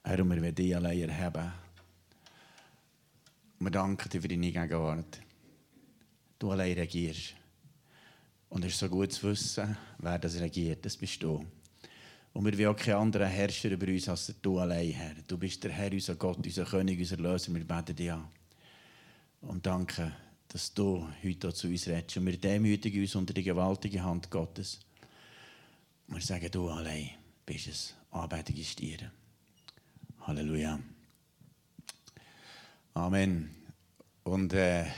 Herr, wir wollen dich allein erheben. Wir danken dir für deine Gegenwart. Du allein regierst. Und es ist so gut zu wissen, wer das regiert. Das bist du. Und wir wollen auch keinen anderen Herrscher über uns als du allein, Herr. Du bist der Herr, unser Gott, unser König, unser Löser. Wir beten dich an. Und danke, dass du heute zu uns redest. Und wir demütigen uns unter die gewaltige Hand Gottes. Und wir sagen, du allein bist es. Anbetung ist dir. Halleluja. Amen. Und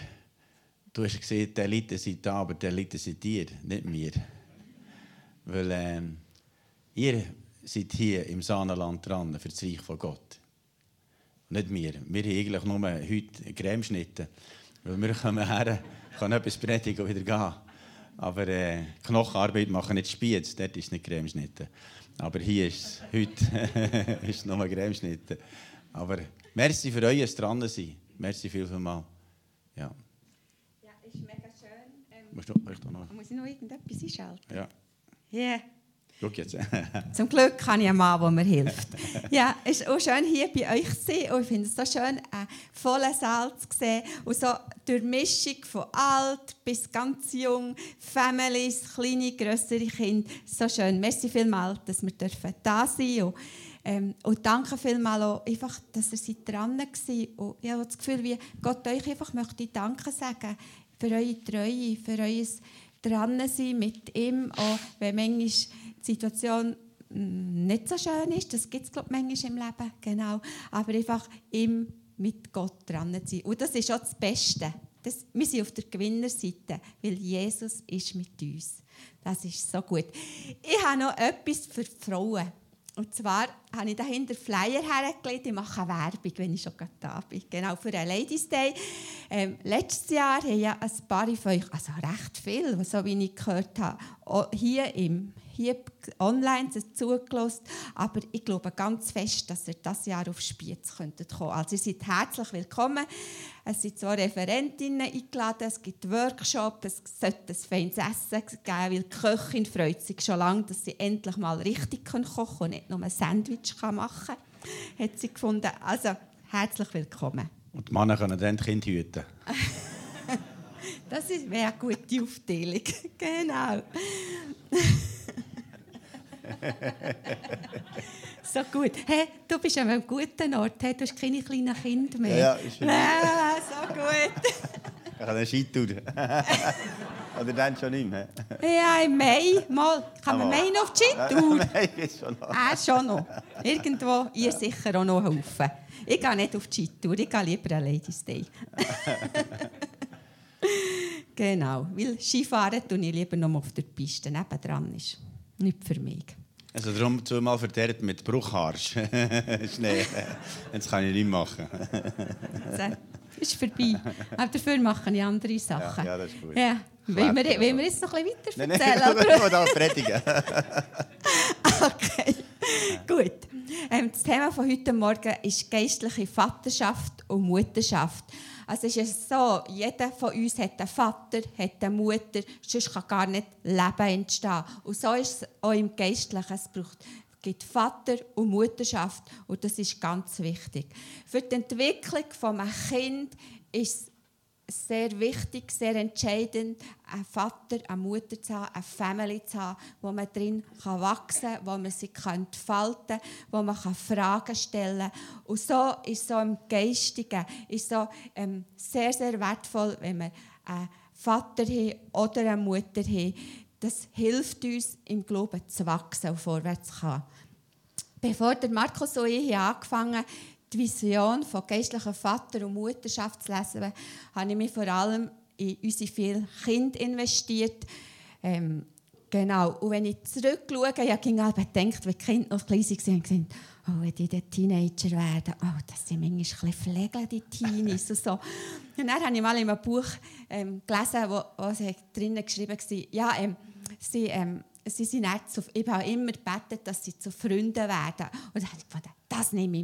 du hast gesehen, die Elite sind da, aber die Elite sind dir, nicht mir. Weil ihr seid hier im Saanenland dran für das Reich von Gott. Nicht wir. Wir haben eigentlich nur heute Cremeschnitte. Weil wir kommen her, können etwas predigen und wieder gehen. Aber Knochenarbeit machen nicht Spiez, dort ist es nicht Cremeschnitte. Aber hier ist es heute ist es nur Cremeschnitte. Aber merci für euch dran sein. Merci vielmals. Ja. Ja, ist mega schön. Muss ich noch irgendetwas einschalten? Ja. Yeah. Schau jetzt. Zum Glück habe ich einen Mann, der mir hilft. Ja, es ist auch schön, hier bei euch zu sein. Und ich finde es so schön, einen vollen Saal zu sehen. Und so durch Mischung von alt bis ganz jung, Families, kleine, grössere Kinder. So schön. Merci vielmals, dass wir da sein dürfen. Und danke vielmals auch, einfach, dass ihr dran seid. Und ich habe das Gefühl, wie Gott euch einfach möchte Danke sagen für eure Treue, für euer Dransein mit ihm, auch wenn manchmal die Situation nicht so schön ist. Das gibt es, glaube ich, manchmal im Leben. Genau. Aber einfach ihm mit Gott dran sein. Und das ist auch das Beste. Wir sind auf der Gewinnerseite, weil Jesus ist mit uns. Das ist so gut. Ich habe noch etwas für die Frauen. Und zwar habe ich dahinter Flyer hergelegt. Ich mache Werbung, wenn ich schon da bin. Genau, für einen Ladies Day. Letztes Jahr haben ja ein paar von euch, also recht viel, so wie ich gehört habe, hier online zugelassen. Aber ich glaube ganz fest, dass ihr dieses Jahr auf Spiez kommen könntet. Also ihr seid herzlich willkommen. Es sind 2 Referentinnen eingeladen, es gibt Workshops, es sollte ein feines Essen geben, weil die Köchin freut sich schon lange, dass sie endlich mal richtig kochen kann und nicht nur ein Sandwich machen kann, hat sie gefunden. Also, herzlich willkommen. Und die Männer können dann die Kinder hüten. Das wäre eine gute Aufteilung. Genau. So gut. Hey, du bist an einem guten Ort. Hey, du hast keine kleinen Kinder mehr. Ja, ist schön. So gut. Ich kann eine Skitour. Oder dann schon nicht mehr? Ja, im Mai. Mal. Kann man Mai noch auf die Skitour? Nein, ist schon noch. Schon noch. Irgendwo, ihr sicher auch noch helfen. Ich gehe nicht auf die Skitour, ich gehe lieber an Ladies Day. Genau, weil Skifahren tue ich lieber noch auf der Piste. Nebendran ist nicht für mich. Also darum zweimal verderbt mit Bruchharsch. Schnee. Jetzt kann ich nicht machen. Das ist vorbei. Aber dafür mache ich andere Sachen. Ja, das ist gut. Ja. Wollen wir jetzt noch ein bisschen weiter erzählen? Nein, ich will auch predigen. Okay, gut. Das Thema von heute Morgen ist geistliche Vaterschaft und Mutterschaft. Also es ist so, jeder von uns hat einen Vater, hat eine Mutter, sonst kann gar nicht Leben entstehen. Und so ist es auch im Geistlichen. Es gibt Vater- und Mutterschaft und das ist ganz wichtig. Für die Entwicklung eines Kindes ist es sehr wichtig, sehr entscheidend, einen Vater, eine Mutter zu haben, eine Familie zu haben, wo man drin wachsen kann, wo man sich entfalten kann, wo man Fragen stellen kann. Und so ist so im Geistigen ist so, sehr, sehr wertvoll, wenn wir einen Vater haben oder eine Mutter haben. Das hilft uns, im Glauben zu wachsen und vorwärts zu kommen. Bevor der Markus und ich angefangen haben, die Vision von geistlicher Vater- und Mutterschaft zu lesen, habe ich mich vor allem in unsere vielen Kinder investiert. Genau. Und wenn ich zurückschaue, ich habe gedacht, wenn die Kinder noch klein waren, und gesagt, oh, wenn die Teenager werden, oh, das sind manchmal ein bisschen pflegel, die Teenies. Und so. Und dann habe ich mal in einem Buch gelesen, wo sie drinnen geschrieben war, ja, sie sind nicht ich habe immer gebetet, dass sie zu Freunden werden. Und dann habe ich gedacht, das nehme ich mit.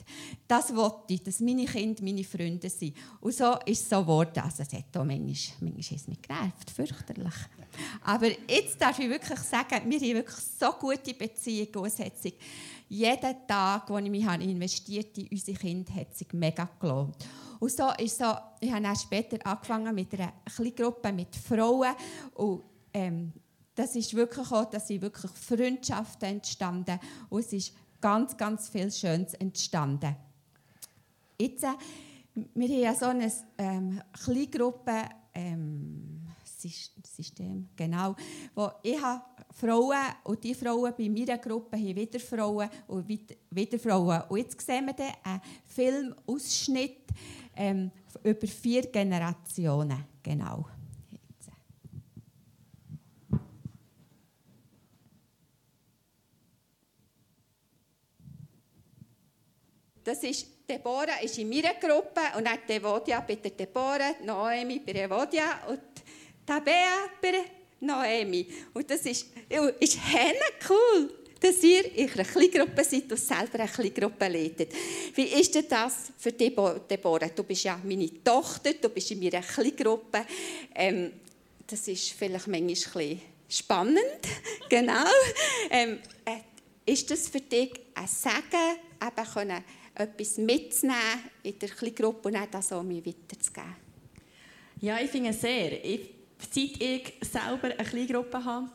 Das wollte ich, dass meine Kinder meine Freunde sind. Und so ist es so geworden. Also es hat auch manchmal ist es mich genervt, fürchterlich. Aber jetzt darf ich wirklich sagen, wir haben wirklich so gute Beziehungen. Und es hat sich jeden Tag, wo ich mich investiert habe in unsere Kinder, hat sich mega gelohnt. Und so ist so, ich habe dann später angefangen mit einer kleinen Gruppe mit Frauen. Und das ist wirklich auch, dass sind wirklich Freundschaften entstanden. Und es ist ganz, ganz viel Schönes entstanden. Jetzt, wir haben ja so eine Kleingruppe System, genau, wo ich habe Frauen und die Frauen bei meiner Gruppe haben wieder Frauen und wieder Frauen. Und jetzt sehen wir dann einen Filmausschnitt über 4 Generationen. Genau. Das ist, Deborah ist in meiner Gruppe und dann Devodia bei der Deborah, Noemi bei Evodia und Tabea bei Noemi. Und das ist cool, dass ihr in einer Kleingruppe seid und selber eine Kleingruppe leitet. Wie ist denn das für dich, Deborah? Du bist ja meine Tochter, du bist in meiner Kleingruppe. Das ist vielleicht manchmal ein bisschen spannend. Genau. Ist das für dich ein Segen, eben können, etwas mitzunehmen in der Kleingruppe und dann das auch mir weiterzugeben? Ja, ich finde es sehr. Seit ich selber eine Kleingruppe habe,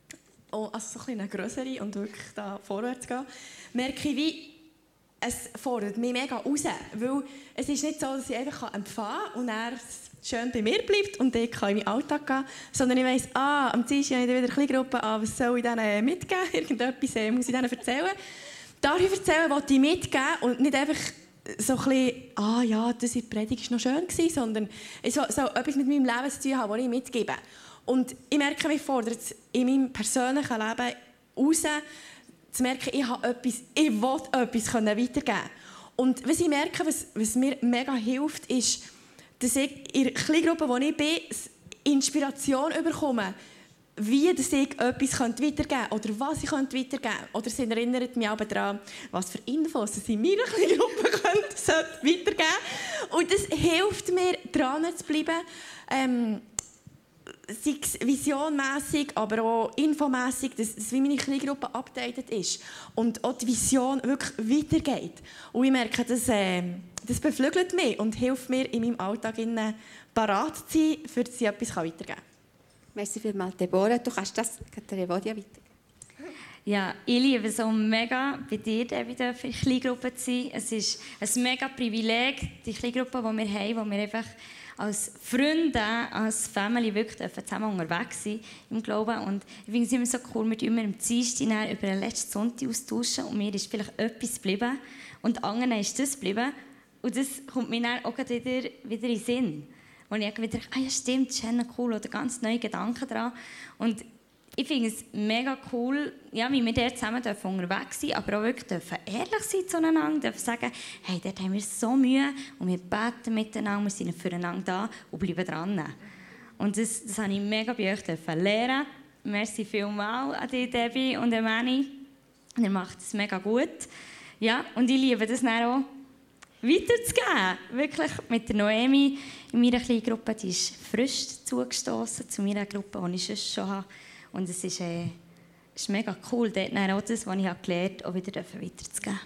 also so eine grössere und wirklich da vorwärts gehen, merke ich, wie es fordert mich mega raus. Weil es ist nicht so, dass ich einfach empfangen kann und er schön bei mir bleibt und ich kann in meinen Alltag gehen, sondern ich weiss, am Dienstag habe ich wieder eine Kleingruppe, was soll ich denen mitgeben? Irgendetwas muss ich denen erzählen. Darf ich erzählen, was ich mitgeben und nicht einfach so ein bisschen, ja, das in der Predigt war noch schön, sondern so etwas mit meinem Leben zu tun haben, das ich mitgebe. Und ich merke, mich fordert es in meinem persönlichen Leben raus, zu merken, ich will etwas weitergeben. Und was ich merke, was mir mega hilft, ist, dass ich in der Kleingruppe, wo ich bin, Inspiration bekomme, wie dass ich etwas weitergeben könnte oder was ich weitergeben könnte. Oder es erinnert mich auch daran, was für Infos ich in meiner Kleingruppe weitergeben könnte. Und das hilft mir, dran zu bleiben. Sei es visionmässig, aber auch infomässig, dass wie meine Kleingruppe updated ist und auch die Vision wirklich weitergeht. Und ich merke, das beflügelt mich und hilft mir, in meinem Alltag parat zu sein, für dass ich etwas weitergeben kann. Merci vielmals, Deborah. Du kannst das der Evodia weitergeben. Ja, ich liebe es so mega, bei dir wieder für Kleingruppen zu sein. Es ist ein mega Privileg, die Kleingruppe, die wir haben, wo wir einfach als Freunde, als Family wirklich zusammen unterwegs sind im Glauben. Und ich finde es immer so cool, wir immer am Dienstag über den letzten Sonntag austauschen und mir ist vielleicht etwas geblieben und anderen ist das geblieben. Und das kommt mir dann auch wieder in den Sinn. Wo ich wieder denke, ja stimmt, das ist cool, oder ganz neue Gedanken daran. Und ich finde es mega cool, ja, wie wir dort zusammen unterwegs sind, aber auch wirklich ehrlich sein zueinander, dürfen sagen, hey, dort haben wir so Mühe und wir beten miteinander, wir sind füreinander da und bleiben dran. Und das habe ich mega bei euch lernen. Merci vielmals an dich, Debbie und Manny. Ihr macht es mega gut. Ja, und ich liebe das dann auch, weiterzugeben. Wirklich mit der Noemi in meiner kleinen Gruppe, die ist frisch zugestoßen zu meiner Gruppe, die ich sonst schon habe. Und es ist mega cool, dort auch das, was ich gelernt habe, auch wieder weiterzugeben.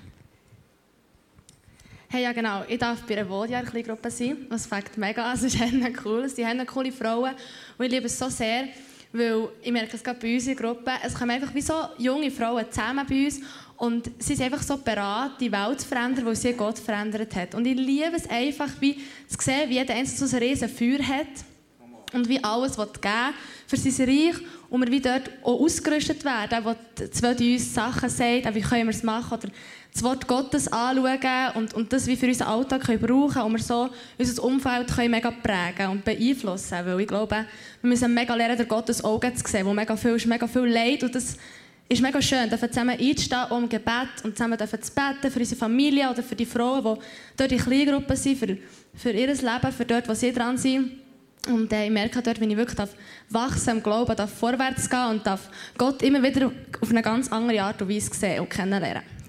Hey, ja genau, ich darf bei einer Evodia in der Gruppe sein. Das fängt mega an, es ist cool. Sie haben coole Frauen und ich liebe es so sehr, weil ich merke es gerade bei uns in der Gruppe, es kommen einfach wie so junge Frauen zusammen bei uns und sie sind einfach so bereit, die Welt zu verändern, weil sie Gott verändert hat. Und ich liebe es einfach, wie zu sehen, wie jeder Einzelne so ein riesen Feuer hat und wie alles geben will für sein Reich und wir wie dort auch ausgerüstet werden, wo zwei uns Sachen sagt, wie können wir es machen oder das Wort Gottes anschauen und das wie für unseren Alltag können brauchen und wir so unser Umfeld können mega prägen und beeinflussen. Weil ich glaube, wir müssen mega lernen, durch Gottes Augen zu sehen, wo mega viel Leid und das ist mega schön, zusammen einzustehen um Gebet und zusammen zu beten für unsere Familie oder für die Frauen, die dort in Kleingruppen sind, für ihr Leben, für dort, wo sie dran sind. Und ich merke dort, wie ich wirklich wachsen im Glauben, vorwärts gehen und Gott immer wieder auf eine ganz andere Art und Weise sehen und kennenlernen.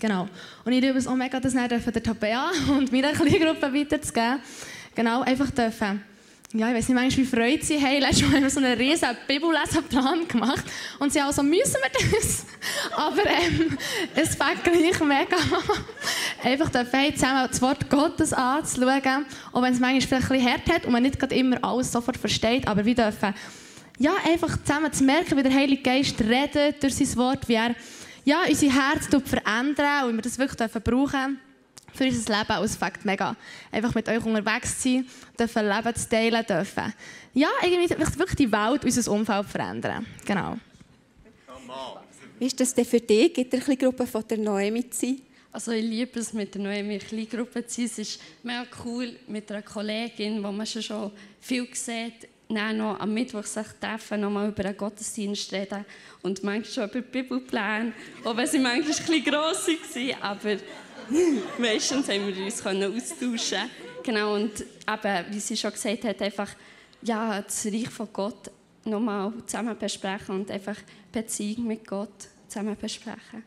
Genau. Und ich liebe es auch mega, das dann der Tabea und meiner Kleingruppe weiterzugeben. Genau, einfach dürfen. Ja, ich weiss nicht, manchmal wie Freude sie haben. Letztes Mal haben wir so einen riesen Bibellesenplan gemacht. Und sie haben so, müssen wir das? Aber es fängt gleich mega an. Einfach dürfen zusammen das Wort Gottes anzuschauen. Auch wenn es manchmal vielleicht ein bisschen hart hat und man nicht gerade immer alles sofort versteht. Aber wir dürfen einfach zusammen zu merken, wie der Heilige Geist redet durch sein Wort, wie er unser Herz verändert und wie wir das wirklich brauchen dürfen für unser Leben. Und es fängt mega einfach mit euch unterwegs zu sein, dürfen Leben zu teilen, dürfen irgendwie wirklich die Welt, unser Umfeld verändern. Genau. Wie ist das denn für dich, in der Kleingruppe von der Noemi zu sein? Also ich liebe es, mit der Noemi in der Kleingruppe zu sein. Es ist mega cool mit einer Kollegin, wo man schon viel sieht, dann noch am Mittwoch sich treffen, noch mal über einen Gottesdienst reden und manchmal schon über Bibelpläne, auch wenn sie manchmal ein bisschen gross waren, aber meistens haben wir uns austauschen. Genau, und eben, wie sie schon gesagt hat, einfach das Reich von Gott noch mal zusammen besprechen und einfach Beziehung mit Gott zusammen besprechen.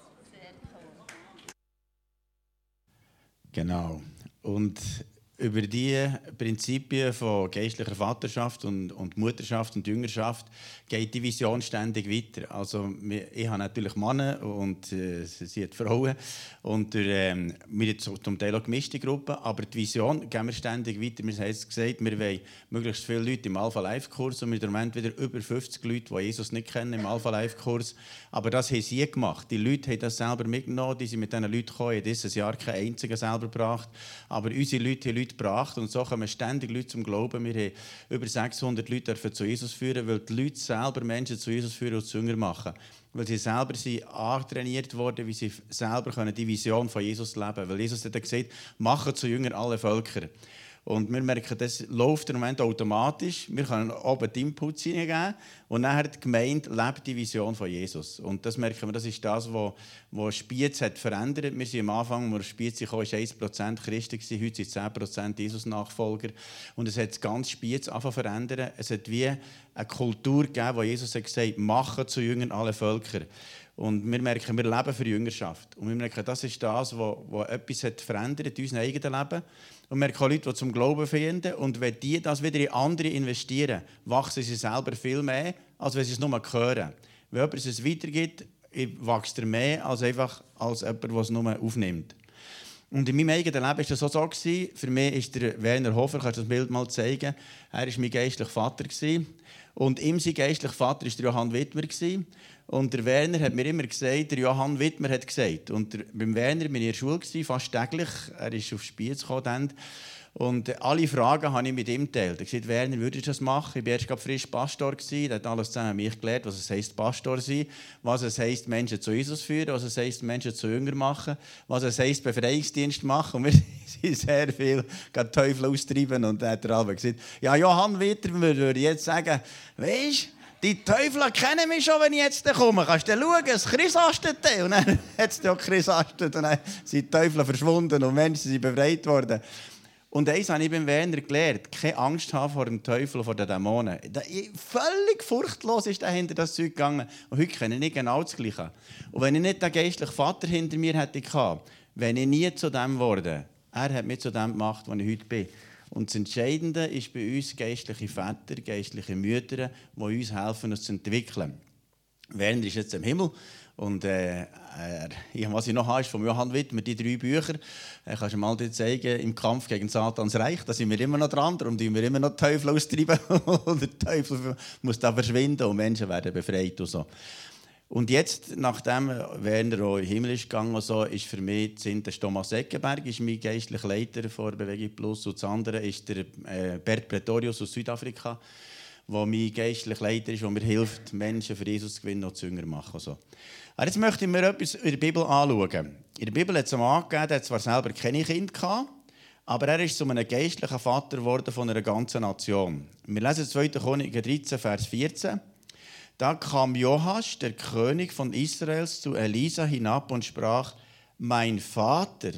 Genau. Und über die Prinzipien von geistlicher Vaterschaft und Mutterschaft und Jüngerschaft geht die Vision ständig weiter. Also ich habe natürlich Männer und sie hat Frauen und wir haben zum Teil auch gemischte Gruppen, aber die Vision gehen wir ständig weiter. Wir haben gesagt, wir wollen möglichst viele Leute im Alpha-Life-Kurs und wir haben im Moment wieder über 50 Leute, die Jesus nicht kennen im Alpha-Life-Kurs. Aber das haben sie gemacht. Die Leute haben das selber mitgenommen, die sind mit diesen Leuten gekommen, haben dieses Jahr keinen einzigen selber gebracht. Aber unsere Leute haben Leute gebracht und so kommen ständig Leute zum Glauben. Wir haben über 600 Leute zu Jesus führen, weil die Leute selber Menschen zu Jesus führen und zu Jünger machen. Weil sie selber sind antrainiert worden, wie sie selber die Vision von Jesus leben können. Weil Jesus hat gesagt, machen zu Jünger alle Völker. Und wir merken, das läuft im Moment automatisch. Wir können oben die Inputs hineingeben und nachher die Gemeinde lebt die Vision von Jesus. Und das merken wir, das ist das, was Spiez hat verändert. Wir sind am Anfang, als Spiez kam, war 1% Christen, heute sind 10% Jesus-Nachfolger. Und es hat ganz Spiez verändert. Es hat wie eine Kultur gegeben, wo Jesus hat gesagt, machen zu Jüngern alle Völker. Und wir merken, wir leben für Jüngerschaft. Und wir merken, das ist das, was etwas hat verändert in unserem eigenen Leben. Und wir merken auch Leute, die zum Glauben finden. Und wenn die das wieder in andere investieren, wachsen sie selber viel mehr, als wenn sie es nur hören. Wenn jemand es weitergibt, wächst er mehr als einfach als jemand, der es nur aufnimmt. Und in meinem eigenen Leben war das auch so. Für mich ist der Werner Hofer, kannst du das Bild mal zeigen, er war mein geistlicher Vater. Und ihm sein geistlicher Vater war der Johann Wittmer. Und der Werner hat mir immer gesagt, der Johann Wittmer hat gesagt. Und beim Werner war ich in der Schule, fast täglich. Er ist auf Spiez gekommen. Und alle Fragen habe ich mit ihm geteilt. Er hat gesagt, Werner, würdest du das machen? Ich war erst frisch Pastor. Er hat alles zusammen mich gelernt, was es heisst, Pastor sein, was es heisst, Menschen zu Jesus führen, was es heisst, Menschen zu Jünger machen, was es heisst, Befreiungsdienst machen. Und wir sind sehr viel Teufel austreiben. Und dann hat er alle gesagt, ja, Johann Wittmer würde jetzt sagen, weisst, die Teufel kennen mich schon, wenn ich jetzt komme. Kannst du schauen, es chrysastet. Und dann hat es auch chrysastet. Und dann sind die Teufel verschwunden und Menschen sind befreit worden. Und eins habe ich beim Werner gelernt: keine Angst haben vor dem Teufel und vor den Dämonen. Völlig furchtlos ist er hinter das Zeug gegangen. Und heute kenne ich nicht genau das Gleiche. Und wenn ich nicht den geistlichen Vater hinter mir hätte gehabt, wäre ich nie zu dem geworden. Er hat mich zu dem gemacht, wo ich heute bin. Und das Entscheidende ist bei uns geistliche Väter, geistliche Mütter, die uns helfen, uns zu entwickeln. Werner ist jetzt im Himmel. Und was ich noch habe, ist von Johann Wittmer, die 3 Bücher. Kannst du mal zeigen, im Kampf gegen Satans Reich. Da sind wir immer noch dran, darum tun wir immer noch Teufel austreiben. Und der Teufel muss da verschwinden und Menschen werden befreit. Und so. Und jetzt, nachdem Werner auch in den Himmel ist gegangen, so, ist für mich der Thomas Eckenberg, ist mein geistlicher Leiter von Bewegung Plus. Und das andere ist der Bert Pretorius aus Südafrika, der mein geistlicher Leiter ist, der mir hilft, Menschen für Jesus zu gewinnen und zu Jünger machen. So. Jetzt möchte ich mir etwas in der Bibel anschauen. In der Bibel hat es einen Mann gegeben, der zwar selber keine Kinder hatte, aber er ist zu einem geistlichen Vater geworden von einer ganzen Nation. Wir lesen 2. Könige 13, Vers 14. Da kam Joasch, der König von Israels, zu Elisa hinab und sprach: Mein Vater,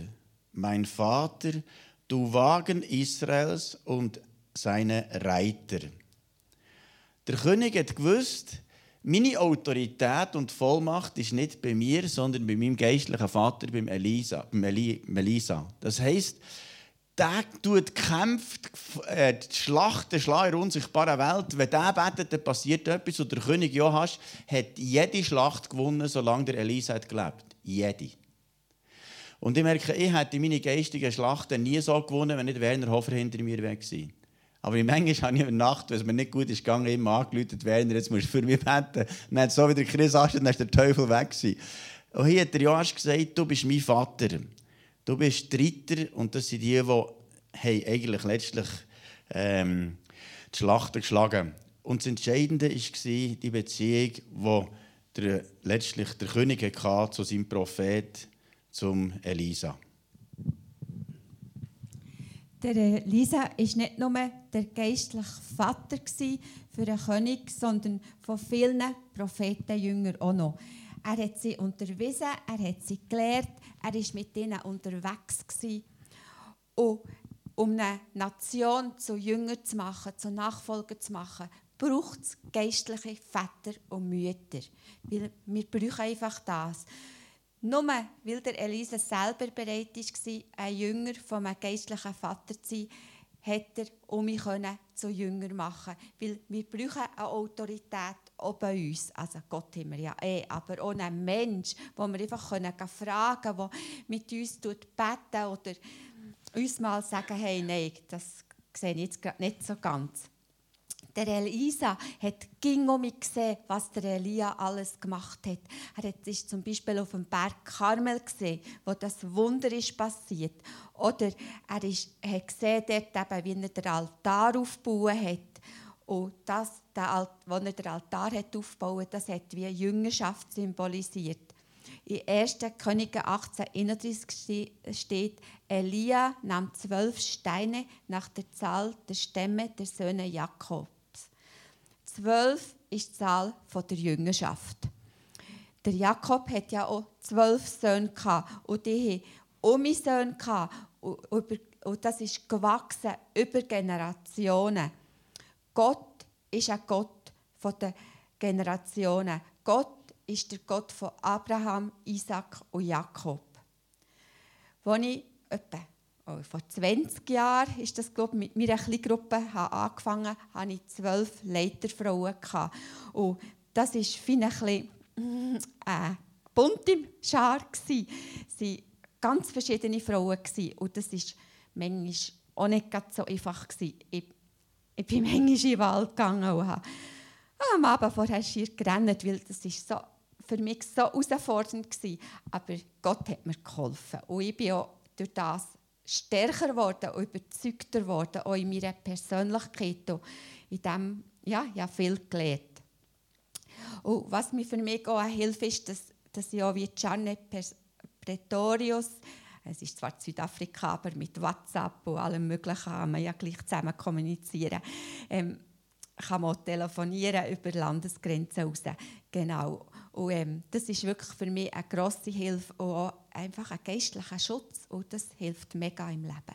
du Wagen Israels und seine Reiter. Der König hat gewusst, meine Autorität und Vollmacht ist nicht bei mir, sondern bei meinem geistlichen Vater, beim Elisa. Das heisst, der kämpft die Schlachten in der unsichtbaren Welt. Wenn der betet, dann passiert etwas. Und der König Joasch hat jede Schlacht gewonnen, solange der Elisa hat gelebt. Jede. Und ich merke, ich hätte meine geistigen Schlachten nie so gewonnen, wenn nicht Werner Hofer hinter mir weg war. Aber manchmal habe ich in der Nacht, wenn es mir nicht gut ist gegangen, immer angerufen, Werner, jetzt musst du für mich beten. Und dann hat so wieder Chris Aschen, dann ist der Teufel weg gewesen. Und hier hat der Joasch gesagt, du bist mein Vater. Du bist der Ritter und das sind die eigentlich letztlich die Schlachten geschlagen. Und das Entscheidende war die Beziehung, die letztlich der König hatte zu seinem Prophet, zum Elisa. Der Elisa war nicht nur der geistliche Vater für den König, sondern von vielen Prophetenjüngern auch noch. Er hat sie unterwiesen, er hat sie gelehrt, er war mit ihnen unterwegs. Und um eine Nation zu Jüngern zu machen, zu Nachfolgern zu machen, braucht es geistliche Väter und Mütter. Weil wir brauchen einfach das. Nur weil der Elisa selber bereit war, ein Jünger von einem geistlichen Vater zu sein, hätte er mich zu Jünger machen können. Weil wir brauchen eine Autorität auch bei uns. Also Gott haben wir ja aber auch einen Mensch, den wir einfach fragen können, der mit uns beten oder uns mal sagen, hey, nein, das sehe ich jetzt nicht so ganz. Der Elisa hat gesehen, was der Elia alles gemacht hat. Er hat sich zum Beispiel auf dem Berg Karmel gesehen, wo das Wunder ist passiert. Oder er hat gesehen, dort eben, wie er den Altar aufgebaut hat. Und das, als er den Altar hat aufgebaut hat, das hat wie Jüngerschaft symbolisiert. In 1. Könige 18,31 steht, Elia nahm 12 Steine nach der Zahl der Stämme der Söhne Jakobs. 12 ist die Zahl der Jüngerschaft. Der Jakob hat ja auch 12 Söhne und die hatten Söhne und das ist gewachsen über Generationen. Gott ist ein Gott der Generationen. Gott ist der Gott von Abraham, Isaac und Jakob. Als ich vor 20 Jahren ist das, glaube ich, mit meiner Kleingruppe angefangen, hatte ich 12 Leiterfrauen. Und das war vielleicht eine bunte Schar. Es waren ganz verschiedene Frauen. Und das war manchmal auch nicht so einfach. Ich bin manchmal in den Wald gegangen und habe am Abend vorher schier gerannt, weil das so, für mich so herausfordernd war. Aber Gott hat mir geholfen. Und ich bin auch durch das stärker geworden und überzeugter geworden, auch in meiner Persönlichkeit. Und in dem ja, viel gelernt. Und was mir für mich auch eine Hilfe ist, dass ich auch wie Gianni Pretorius, es ist zwar Südafrika, aber mit WhatsApp und allem Möglichen kann man ja gleich zusammen kommunizieren. Kann man telefonieren über Landesgrenzen raus. Genau. Und das ist wirklich für mich eine grosse Hilfe und auch einfach ein geistlicher Schutz. Und das hilft mega im Leben.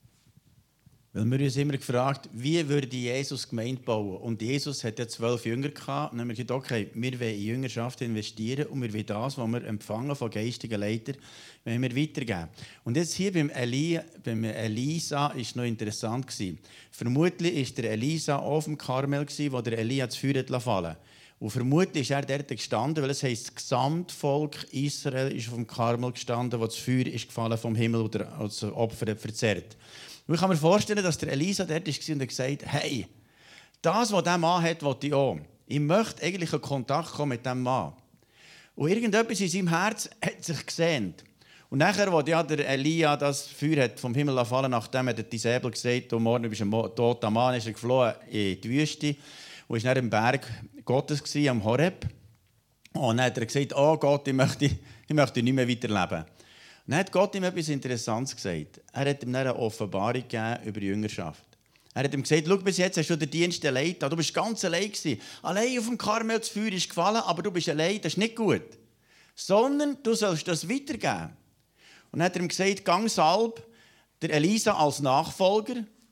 Weil wir uns immer gefragt, wie würde Jesus Gemeinde bauen? Und Jesus hatte ja 12 Jünger gehabt. Und dann haben wir gesagt, okay, wir wollen in Jüngerschaft investieren und wir wollen das, was wir empfangen von geistigen Leitern, wollen wir weitergeben. Und jetzt hier beim Elisa war es noch interessant gewesen. Vermutlich war der Elisa auf dem Karmel, wo der Elia das Feuer fallen liess. Und vermutlich ist er dort gestanden, weil es heisst, das Gesamtvolk Israel ist auf dem Karmel gestanden, wo das Feuer ist gefallen vom Himmel oder das Opfer verzerrt. Und ich kann mir vorstellen, dass der Elisa dort war und gesagt hat, hey, das, was dieser Mann hat, will ich auch. Ich möchte eigentlich in Kontakt kommen mit diesem Mann. Und irgendetwas in seinem Herz hat sich gesehnt. Und nachher, als ja der Elia das Feuer hat vom Himmel fallen, nachdem hat die Säbel gesagt, du morgen bist ein toter Mann, ist er geflohen in die Wüste und war dann am Berg Gottes am Horeb. Und dann hat er gesagt, oh Gott, ich möchte nicht mehr weiterleben. Und dann hat Gott ihm etwas Interessantes gesagt. Er hat ihm eine Offenbarung gegeben über die Jüngerschaft. Er hat ihm gesagt, schau, bis jetzt hast du den Dienst allein getan. Du bist ganz allein gewesen. Allein auf dem Karmel, das Feuer ist gefallen, aber du bist allein, das ist nicht gut. Sondern du sollst das weitergeben. Und dann hat er ihm gesagt, gang salb der Elisa als Nachfolger. Und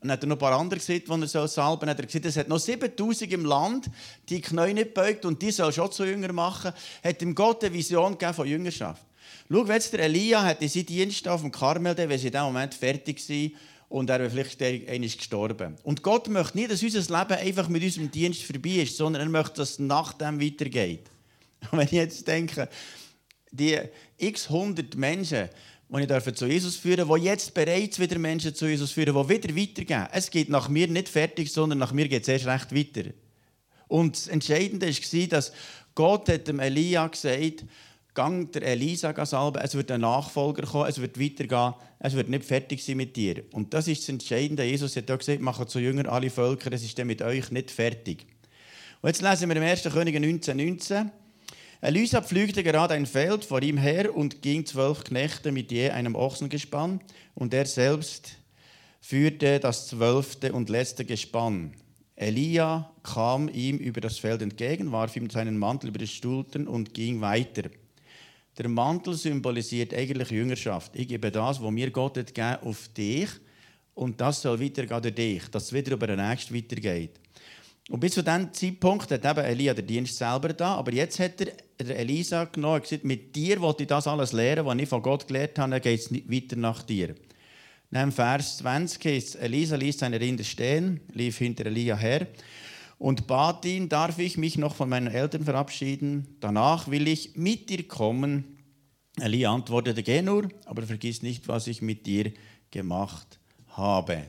Dann hat er noch ein paar andere gesehen, die er salben soll. Dann hat er gesagt, es hat noch 7000 im Land, die Knie nicht beugt und die soll schon zu Jünger machen. Hat ihm Gott eine Vision gegeben von Jüngerschaft. Schau, jetzt der Elia hat in seinen Dienst auf dem Karmel, weil sie in diesem Moment fertig war und er wäre vielleicht einmal gestorben. Und Gott möchte nicht, dass unser Leben einfach mit unserem Dienst vorbei ist, sondern er möchte, dass es nach dem weitergeht. Und wenn ich jetzt denke, die x 100 Menschen, die ich zu Jesus führen darf, die jetzt bereits wieder Menschen zu Jesus führen, die wieder weitergehen. Es geht nach mir nicht fertig, sondern nach mir geht es erst recht weiter. Und das Entscheidende war, dass Gott dem Elia gesagt hat, gang der Elisa salben, es wird ein Nachfolger kommen, es wird weitergehen, es wird nicht fertig sein mit dir. Und das ist das Entscheidende. Jesus hat auch gesagt, macht zu Jüngern alle Völker, es ist dann mit euch nicht fertig. Und jetzt lesen wir im 1. Könige 19,19. Elisa pflügte gerade ein Feld vor ihm her und ging 12 Knechte mit je einem Ochsengespann und er selbst führte das 12. und letzte Gespann. Elia kam ihm über das Feld entgegen, warf ihm seinen Mantel über die Schultern und ging weiter. Der Mantel symbolisiert eigentlich Jüngerschaft. Ich gebe das, was mir Gott hat gegeben, auf dich und das soll weitergehen durch dich, dass es wieder über den Nächsten weitergeht. Und bis zu diesem Zeitpunkt hat eben Elia den Dienst selber da, aber jetzt hat er Elisa genommen und gesagt, mit dir will ich das alles lernen, was ich von Gott gelernt habe, dann geht es weiter nach dir. Dann im Vers 20 heißt es, Elisa ließ seine Rinder stehen, lief hinter Elia her und bat ihn, darf ich mich noch von meinen Eltern verabschieden? Danach will ich mit dir kommen. Elia antwortete, geh nur, aber vergiss nicht, was ich mit dir gemacht habe.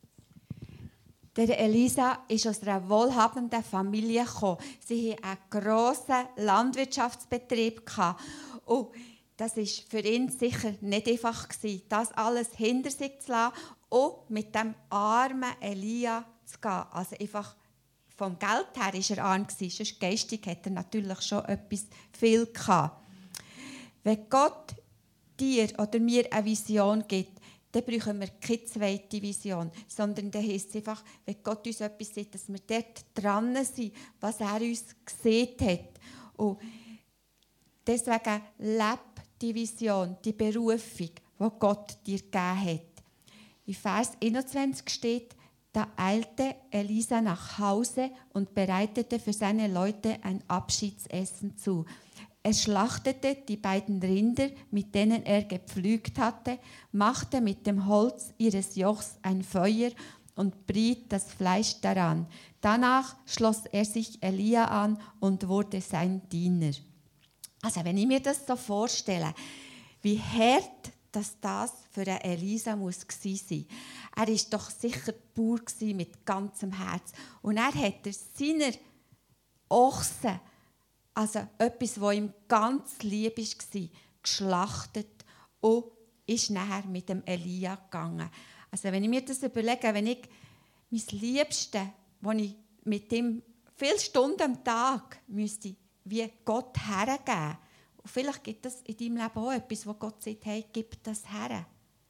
Der Elisa ist aus einer wohlhabenden Familie gekommen. Sie hatten einen grossen Landwirtschaftsbetrieb. Und das war für ihn sicher nicht einfach, das alles hinter sich zu lassen und mit dem armen Elia zu gehen. Also einfach vom Geld her war er arm, sonst geistig hatte er natürlich schon etwas viel gehabt. Wenn Gott dir oder mir eine Vision gibt, dann brauchen wir keine zweite Vision, sondern dann heisst es einfach, wenn Gott uns etwas sagt, dass wir dort dran sind, was er uns gesehen hat. Und deswegen lebe die Vision, die Berufung, die Gott dir gegeben hat. In Vers 21 steht, da eilte Elisa nach Hause und bereitete für seine Leute ein Abschiedsessen zu. Er schlachtete die beiden Rinder, mit denen er gepflügt hatte, machte mit dem Holz ihres Jochs ein Feuer und briet das Fleisch daran. Danach schloss er sich Elia an und wurde sein Diener. Also wenn ich mir das so vorstelle, wie hart das für einen Elisa muss gewesen sein. Er war doch sicher Bauer mit ganzem Herz. Und er hat seiner Ochsen, also etwas, was ihm ganz lieb war, geschlachtet und ist nachher mit dem Elia gegangen. Also wenn ich mir das überlege, wenn ich mein Liebste, das ich mit ihm viele Stunden am Tag müsste, wie Gott hergeben. Und vielleicht gibt es in deinem Leben auch etwas, wo Gott sagt, hey, gib das her.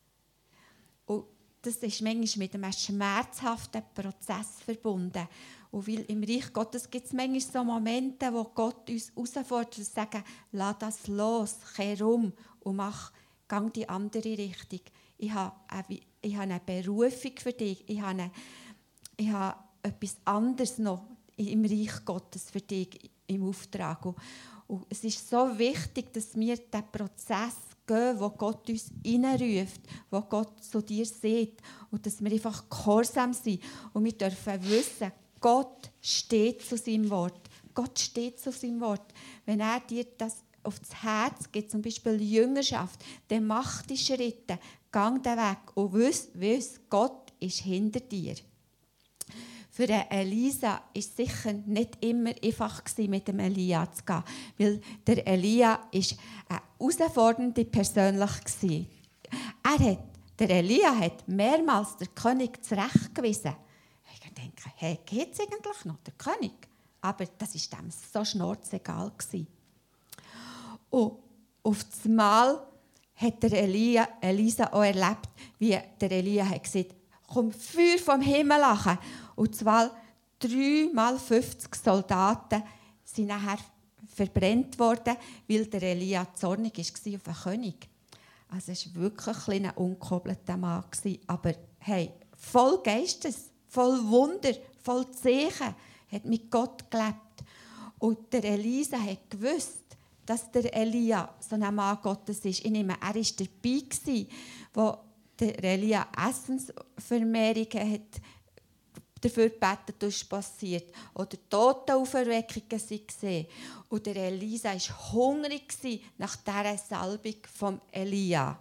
Und das ist manchmal mit einem schmerzhaften Prozess verbunden. Und weil im Reich Gottes gibt es manchmal so Momente, wo Gott uns herausfordert und sagt, lass das los, kehr um und gang die andere Richtung. Ich habe eine Berufung für dich. Ich habe etwas anderes noch im Reich Gottes für dich im Auftrag. Und es ist so wichtig, dass wir diesen Prozess gehen, wo Gott uns hineinruft, wo Gott zu dir sieht und dass wir einfach gehorsam sind. Und wir dürfen wissen, Gott steht zu seinem Wort. Gott steht zu seinem Wort. Wenn er dir das aufs Herz gibt, zum Beispiel Jüngerschaft, dann mach die Schritte, gang den Weg und wiss, Gott ist hinter dir. Für Elisa war es sicher nicht immer einfach, mit dem Elia zu gehen, weil der Elia war eine herausfordernde Persönlichkeit. Der Elia hat mehrmals den König zurechtgewiesen. Ich denke, hey, geht es eigentlich noch, der König? Aber das war dem so schnurzegal. Und auf einmal hat der Elisa auch erlebt, wie der Elia hat gesagt, komm, Feuer vom Himmel lachen. Und zwar 3 mal 50 Soldaten sind nachher verbrannt worden, weil der Elia zornig war auf den König. Also es war wirklich ein ungekoppelter Mann. Aber hey, voll Geistes, voll Wunder, voll Zeichen, hat mit Gott gelebt. Und der Elisa hat gewusst, dass der Elia so ein Mann Gottes ist. Ich nehme, er war dabei, wo der Elia Essensvermehrungen hat dafür gebetet, dass es passiert. Oder Totenauferweckungen gesehen. Und der Elisa war hungrig nach dieser Salbung von Elia.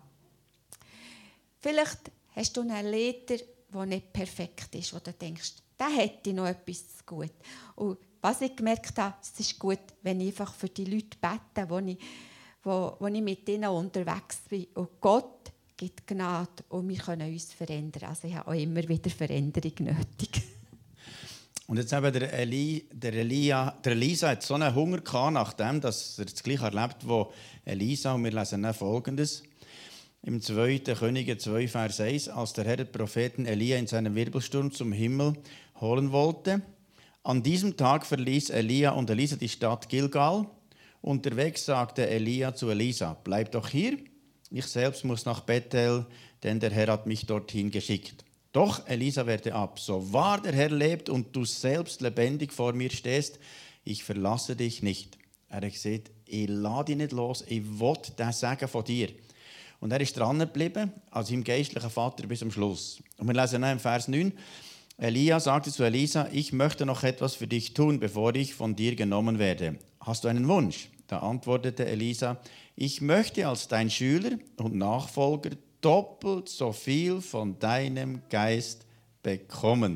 Vielleicht hast du einen Leiter, der nicht perfekt ist, wo du denkst, der hätte noch etwas zu gut. Und was ich gemerkt habe, es ist gut, wenn ich einfach für die Leute bete, wo ich mit ihnen unterwegs bin. Und Gott gibt Gnade und wir können uns verändern. Also ich habe auch immer wieder Veränderung nötig. Und jetzt eben der Elisa hat so einen Hunger gehabt, nachdem dass er das Gleiche erlebt wie Elisa. Und wir lesen dann Folgendes. Im 2. Könige 2, Vers 1, als der Herr den Propheten Elia in seinem Wirbelsturm zum Himmel holen wollte. An diesem Tag verließ Elia und Elisa die Stadt Gilgal. Unterwegs sagte Elia zu Elisa, bleib doch hier, ich selbst muss nach Bethel, denn der Herr hat mich dorthin geschickt. Doch, Elisa wehrte ab, so wahr der Herr lebt und du selbst lebendig vor mir stehst, ich verlasse dich nicht. Er hat gesagt, ich lasse dich nicht los, ich will das sagen von dir. Und er ist dran geblieben, als seinem geistlichen Vater bis zum Schluss. Und wir lesen dann im Vers 9, Elia sagte zu Elisa, ich möchte noch etwas für dich tun, bevor ich von dir genommen werde. Hast du einen Wunsch? Da antwortete Elisa, ich möchte als dein Schüler und Nachfolger doppelt so viel von deinem Geist bekommen.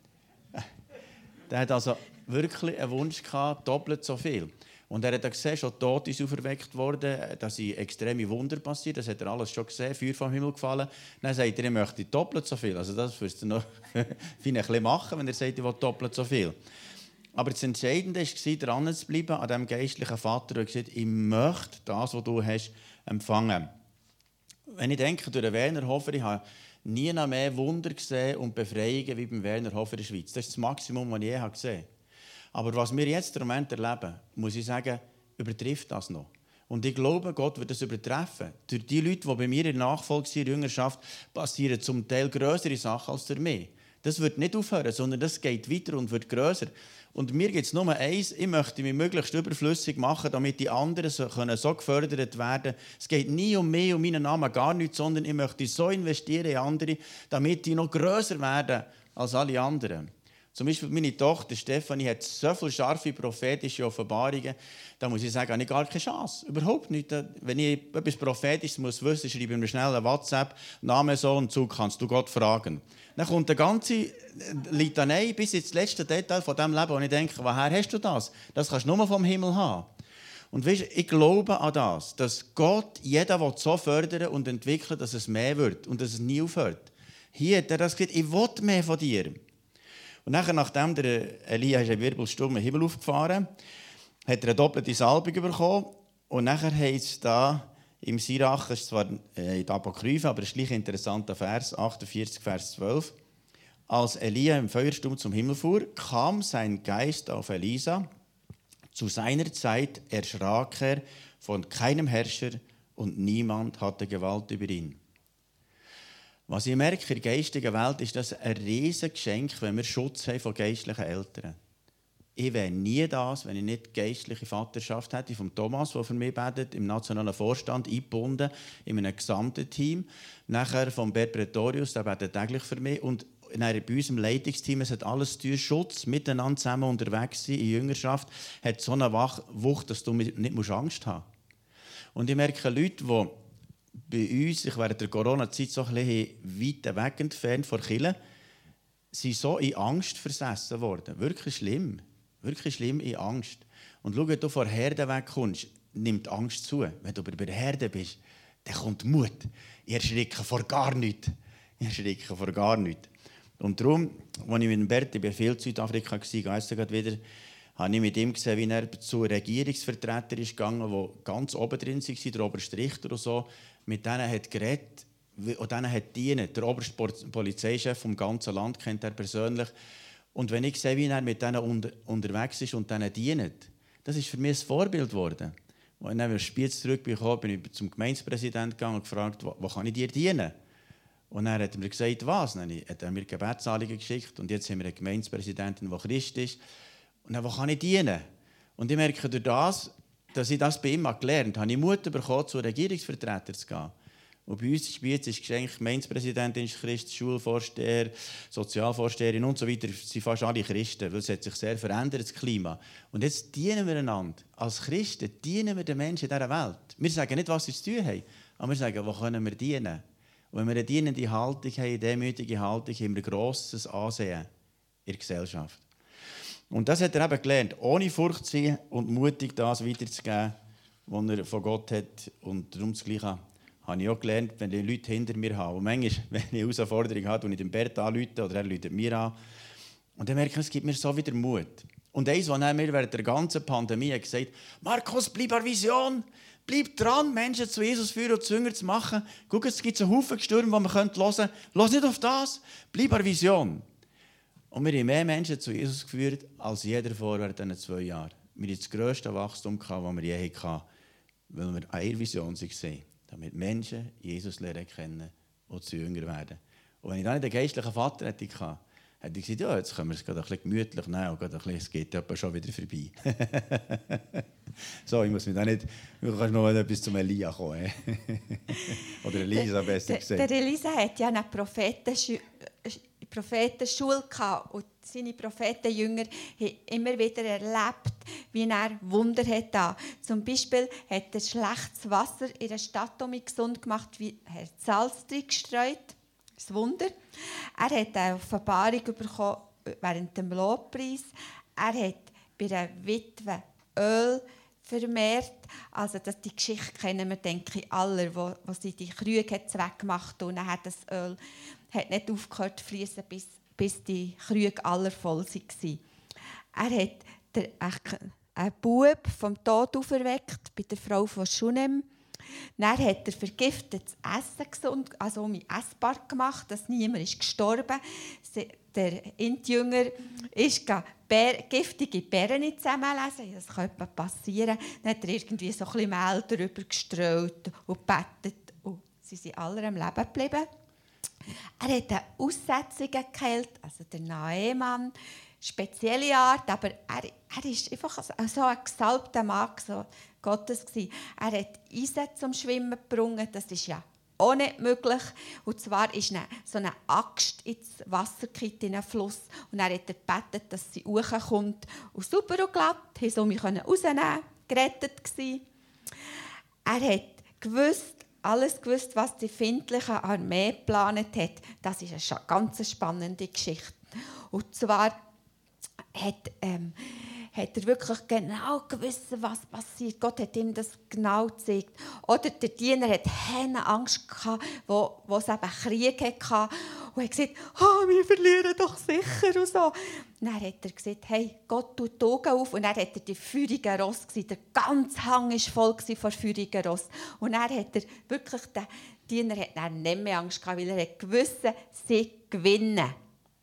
Der hat also wirklich einen Wunsch gehabt, doppelt so viel. Und er hat gesehen, schon tot ist auferweckt worden, dass extreme Wunder passiert. Das hat er alles schon gesehen, Feuer vom Himmel gefallen. Dann sagt er, er möchte doppelt so viel. Also das würdest du noch ein bisschen machen, wenn er sagt, er will doppelt so viel. Aber das Entscheidende war, dran zu bleiben an diesem geistlichen Vater, der gesagt hat, ich möchte das, was du hast, empfangen. Wenn ich denke, durch den Werner Hofer, ich habe nie noch mehr Wunder gesehen und Befreiungen wie beim Werner Hofer in der Schweiz. Das ist das Maximum, das ich je gesehen habe. Aber was wir jetzt im Moment erleben, muss ich sagen, übertrifft das noch. Und ich glaube, Gott wird das übertreffen. Durch die Leute, die bei mir in der Nachfolge sind, in der Jüngerschaft, passieren zum Teil grössere Sachen als durch mich. Das wird nicht aufhören, sondern das geht weiter und wird grösser. Und mir gibt es nur eins, ich möchte mich möglichst überflüssig machen, damit die anderen so gefördert werden können. Es geht nie um mich, um meinen Namen, gar nichts, sondern ich möchte so investieren in andere, damit die noch grösser werden als alle anderen. Zum Beispiel meine Tochter Stefanie hat so viele scharfe prophetische Offenbarungen, da muss ich sagen, habe ich gar keine Chance. Überhaupt nicht. Wenn ich etwas Prophetisches muss wissen, schreibe ich mir schnell eine WhatsApp, Name so und so, kannst du Gott fragen. Dann kommt eine ganze Litanei bis ins letzte Detail von diesem Leben, wo ich denke, woher hast du das? Das kannst du nur vom Himmel haben. Und weißt, ich glaube an das, dass Gott jeden so fördern und entwickeln, dass es mehr wird und dass es nie aufhört. Hier hat er das gesagt, ich will mehr von dir. Und nachdem der Elia einen Wirbelsturm im Himmel aufgefahren hat er eine doppelte Salbung bekommen. Und nachher heisst es da im Sirach, das ist zwar in der Apokryphe, aber es ist gleich ein interessanter Vers, 48, Vers 12. Als Elia im Feuersturm zum Himmel fuhr, kam sein Geist auf Elisa. Zu seiner Zeit erschrak er von keinem Herrscher und niemand hatte Gewalt über ihn. Was ich merke in der geistigen Welt, ist das ein riesiges Geschenk, wenn wir Schutz haben von geistlichen Eltern. Ich wäre nie das, wenn ich nicht geistliche Vaterschaft hätte, vom Thomas, der für mich betet, im nationalen Vorstand eingebunden, in einem gesamten Team. Nachher vom Bert Pretorius, der betet täglich für mich. Und bei uns im Leitungsteam, es hat alles zu tun, Schutz, miteinander zusammen unterwegs sein, in Jüngerschaft, hat so eine Wucht, dass du nicht Angst haben musst. Und ich merke Leute, die bei uns, ich während der Corona-Zeit so ein bisschen weit weg entfernt von Kirche, sind so in Angst versessen worden. Wirklich schlimm in Angst. Und schau, wenn du von Herden wegkommst, nimmt Angst zu. Wenn du bei der Herde bist, dann kommt Mut. Ich erschrecke vor gar nichts. Und darum, als ich mit Bert, ich bin viel in Südafrika war, habe ich mit ihm gesehen, wie er zu Regierungsvertretern ist gegangen, die ganz oben drin waren, der oberste Richter und so. Mit denen hat geredet und denen hat gedient. Der oberste Polizeichef vom ganzen Land kennt er persönlich. Und wenn ich sehe, wie er mit denen unterwegs ist und denen dient, das ist für mich ein Vorbild geworden. Als ich Spiez zurückbekommen bin ich zum Gemeindepräsidenten gegangen und gefragt, wo kann ich dir dienen? Und dann hat er mir gesagt, was? Dann hat er mir Gebetsanliegen geschickt und jetzt haben wir eine Gemeindepräsidentin, die Christ ist. Und dann, wo kann ich dienen? Und ich merke durch das, dass ich das bei ihm gelernt habe, ich Mut bekommen, zu Regierungsvertretern zu gehen. Und bei uns in Spiez ist geschenkt, Gemeindepräsidentin ist Christ, Schulvorsteher, Sozialvorsteherin und so weiter, sind fast alle Christen, weil es hat sich sehr verändert, das Klima. Und jetzt dienen wir einander. Als Christen dienen wir den Menschen in dieser Welt. Wir sagen nicht, was sie zu tun haben, aber wir sagen, wo können wir dienen? Und wenn wir eine dienende Haltung haben, eine demütige Haltung, haben wir grosses Ansehen in der Gesellschaft. Und das hat er eben gelernt, ohne Furcht zu sein und mutig das weiterzugeben, was er von Gott hat. Und darum das Gleiche habe ich auch gelernt, wenn die Leute hinter mir haben. Und manchmal, wenn ich eine Herausforderung habe, und ich den Bert anrufe oder er ruft mir an. Und dann merke ich, es gibt mir so wieder Mut. Und eins, was er mir während der ganzen Pandemie hat gesagt, Markus, bleib an Vision, bleib dran, Menschen zu Jesus führen und zu Jünger zu machen. Guck, es gibt so einen Haufen Stürme, die man hören könnte. Lass nicht auf das, bleib an Vision. Und wir haben mehr Menschen zu Jesus geführt, als jeder vorher in diesen 2 Jahren. Wir hatten das grösste Wachstum, das wir je hatten, weil wir eine Vision waren. Damit Menschen Jesus lernen kennen und zu Jünger werden. Und wenn ich dann nicht den geistlichen Vater hätte ich gesagt, ja, jetzt können wir es gerade ein bisschen gemütlich nehmen und gerade ein bisschen, es geht ja schon wieder vorbei. So, ich muss mich da nicht, du kannst noch etwas zum Elia kommen. Oder Elisa, besser gesagt. Der Elisa hat ja eine Prophetenschule gehabt und seine Prophetenjünger haben immer wieder erlebt, wie er Wunder hat. Zum Beispiel hat er schlechtes Wasser in der Stadt gesund gemacht, wie er Salz drin gestreut. Das Wunder. Er hat eine Offenbarung bekommen während dem Lobpreis. Er hat bei einer Witwe Öl vermehrt. Also die Geschichte kennen wir, denke ich, alle, wo sie die Krüge weggemacht hat. Und dann hat das Öl nicht aufgehört zu fließen, bis die Krüge alle voll waren. Er hat einen Bub vom Tod auferweckt, bei der Frau von Schunem. Dann hat er vergiftetes Essen gesund, also essbar gemacht, dass niemand ist gestorben. Der Intjünger ist giftige Beeren zusammenlesen. Das kann passieren. Dann hat er irgendwie so ein bisschen Mehl darüber gestreut und gebetet. Und sie sind alle am Leben geblieben. Er hat eine Aussetzung geheilt, also der Naemann. Spezielle Art, aber er ist einfach so ein gesalbter Mann so Gottes gewesen. Er hat Eisen zum Schwimmen gebrungen, das ist ja auch nicht möglich. Und zwar ist so eine Axt ins Wasser gekippt, in einen Fluss. Und er hat gebetet, dass sie hochkommt. Und super und glatt, konnte sie rausnehmen, gerettet gewesen. Er hat alles gewusst, was die findliche Armee geplant hat. Das ist eine ganz spannende Geschichte. Und zwar hat er wirklich genau gewusst, was passiert. Gott hat ihm das genau gezeigt. Oder der Diener hat Angst gehabt, wo es eben Krieg hatte. Und er hat gesagt, wir verlieren doch sicher. Und so. Und dann hat er gesagt, hey, Gott tut die Augen auf. Und dann hat er die feurigen Ross gesehen. Der ganze Hang war voll von feurigen Ross. Und dann hat er wirklich, der Diener hat dann nicht mehr Angst gehabt, weil er hat gewusst, sie gewinnen.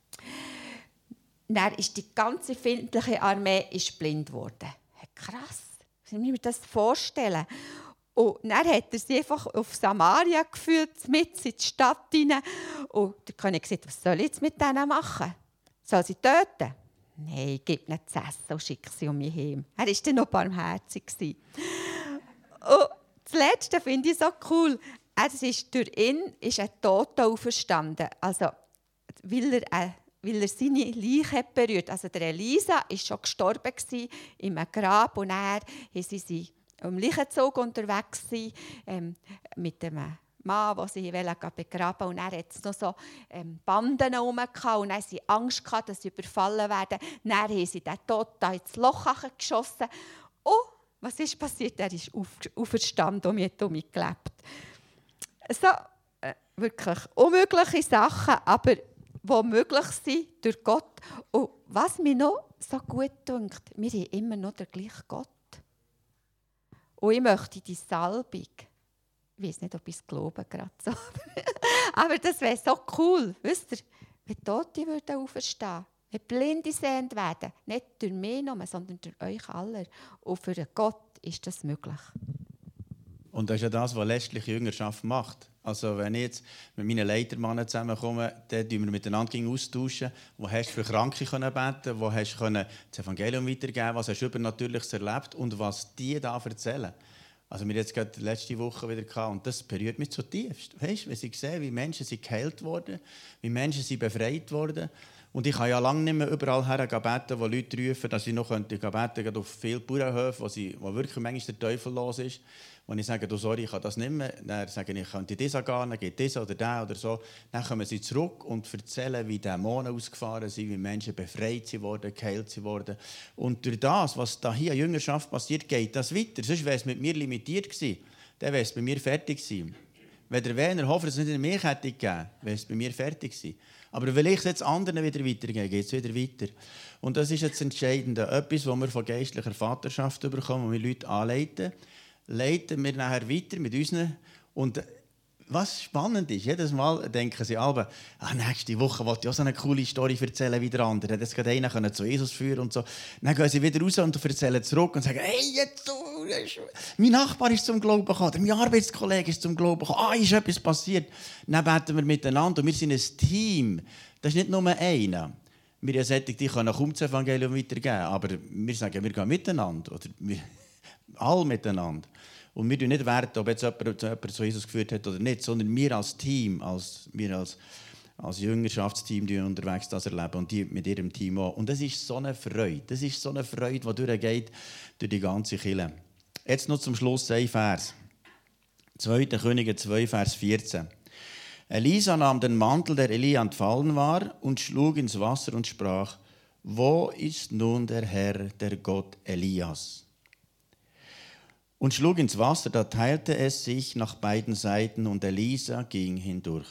Dann ist die ganze feindliche Armee blind geworden. Krass, wie soll ich mir das vorstellen? Und dann hat er sie einfach auf Samaria geführt, mit in die Stadt hinein. Und der König gesagt, was soll ich jetzt mit denen machen? Soll sie töten? Nein, gib ihnen zu essen und schick sie um mich heim. Er war dann noch barmherzig. Und das Letzte finde ich so cool. Durch ihn ist ein Toter auferstanden. Also, weil er seine Leiche berührt. Also der Elisa war schon gestorben in einem Grab und er waren sie im Leichenzug unterwegs mit dem Mann, den sie begraben wollten. Und er hatte noch so Banden herum und dann hatten sie Angst, dass sie überfallen werden. Dann haben sie den Tod ins Loch geschossen. Und was ist passiert? Er ist auferstanden und hat gelebt. So, wirklich unmögliche Sachen, aber die möglich sind durch Gott. Und was mir noch so gut dünkt, wir haben immer noch den gleichen Gott. Und ich möchte die Salbung, ich weiß nicht, ob ich es glaube, gerade so. Aber das wäre so cool, wisst ihr, wenn Tote auferstehen würden, wenn Blinde sehend werden, nicht durch mich nur, sondern durch euch alle. Und für Gott ist das möglich. Und das ist ja das, was letztlich Jüngerschaft macht. Also wenn ich jetzt mit meinen Leitermannen zusammenkomme, dann tauschen wir miteinander austauschen. Wo hast du für Kranke beten, wo hast du das Evangelium weitergeben, was hast du Übernatürliches erlebt und was die da erzählen. Also wir jetzt gerade letzte Woche wieder gehabt, und das berührt mich zutiefst. Weißt du, wenn ich sehe, wie Menschen sind geheilt wurden, wie Menschen sind befreit wurden. Und ich kann ja lange nicht mehr überall beten, wo Leute rufen, dass ich noch beten könnte, auf viele Bauernhöfe, wo wirklich manchmal der Teufel los ist. Wenn ich sage, sorry, ich kann das nicht mehr, dann sage ich könnte das gehen, dann geht das oder der oder so. Dann kommen sie zurück und erzählen, wie Dämonen ausgefahren sind, wie Menschen befreit wurden, geheilt wurden. Und durch das, was da hier in Jüngerschaft passiert, geht das weiter. Sonst wäre es mit mir limitiert gewesen. Dann wäre es bei mir fertig gewesen. Wenn der Werner Hofer es nicht in mich hätte gegeben, wäre es bei mir fertig gewesen. Aber weil ich es jetzt anderen wieder weitergebe, geht es wieder weiter. Und das ist jetzt Entscheidende. Etwas, was wir von geistlicher Vaterschaft bekommen, wo wir Leute anleiten, leiten wir nachher weiter mit unseren. Und was spannend ist, jedes Mal denken sie alle, nächste Woche wollte ich auch so eine coole Story erzählen wie der andere. Jetzt gerade einer zu Jesus führen und so. Dann gehen sie wieder raus und erzählen zurück und sagen, hey, jetzt, mein Nachbar ist zum Glauben gekommen, mein Arbeitskollege ist zum Glauben gekommen, ist etwas passiert. Dann beten wir miteinander und wir sind ein Team. Das ist nicht nur einer. Wir können kaum das Evangelium weitergeben, aber wir sagen, wir gehen miteinander. Oder wir, alle miteinander. Und wir tun nicht werten, ob jetzt jemand zu Jesus geführt hat oder nicht, sondern wir als Team, wir als Jüngerschaftsteam, die unterwegs das erleben und die mit ihrem Team auch. Und das ist so eine Freude. Das ist so eine Freude, die durchgeht durch die ganze Kirche. Jetzt noch zum Schluss ein Vers. 2. Könige 2, Vers 14. Elisa nahm den Mantel, der Elia entfallen war, und schlug ins Wasser und sprach, wo ist nun der Herr, der Gott Elias? Und schlug ins Wasser, da teilte es sich nach beiden Seiten und Elisa ging hindurch.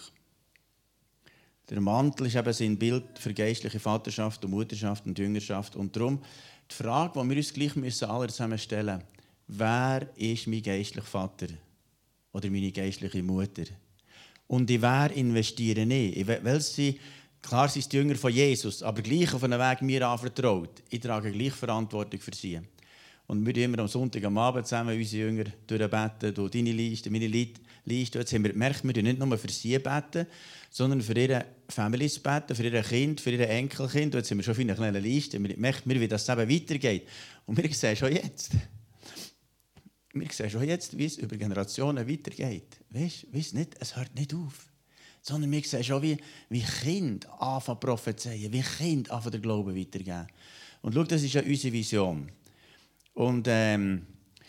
Der Mantel ist eben ein Bild für geistliche Vaterschaft und Mutterschaft und Jüngerschaft. Und darum die Frage, die wir uns gleich müssen alle zusammen stellen, wer ist mein geistlicher Vater oder meine geistliche Mutter? Und in wer investiere ich? Klar sind die Jünger von Jesus, aber gleich auf einen Weg mir anvertraut. Ich trage gleich Verantwortung für sie. Und wir immer am Sonntag am Abend zusammen unsere Jünger durchbeten, durch deine Liste, meine Liste. Jetzt haben wir gemerkt, wir beten nicht nur für sie beten, sondern für ihre Families beten, für ihre Kind, für ihre Enkelkind. Und jetzt sind wir schon auf einer kleinen Liste. Wir merken, wie das eben weitergeht. Und wir sehen schon jetzt, wie es über Generationen weitergeht. Weißt du, es hört nicht auf. Sondern wir sehen schon, wie Kinder anfangen zu prophezeien, wie Kinder anfangen den Glauben weitergeben. Und schau, das ist ja unsere Vision. Und eigentlich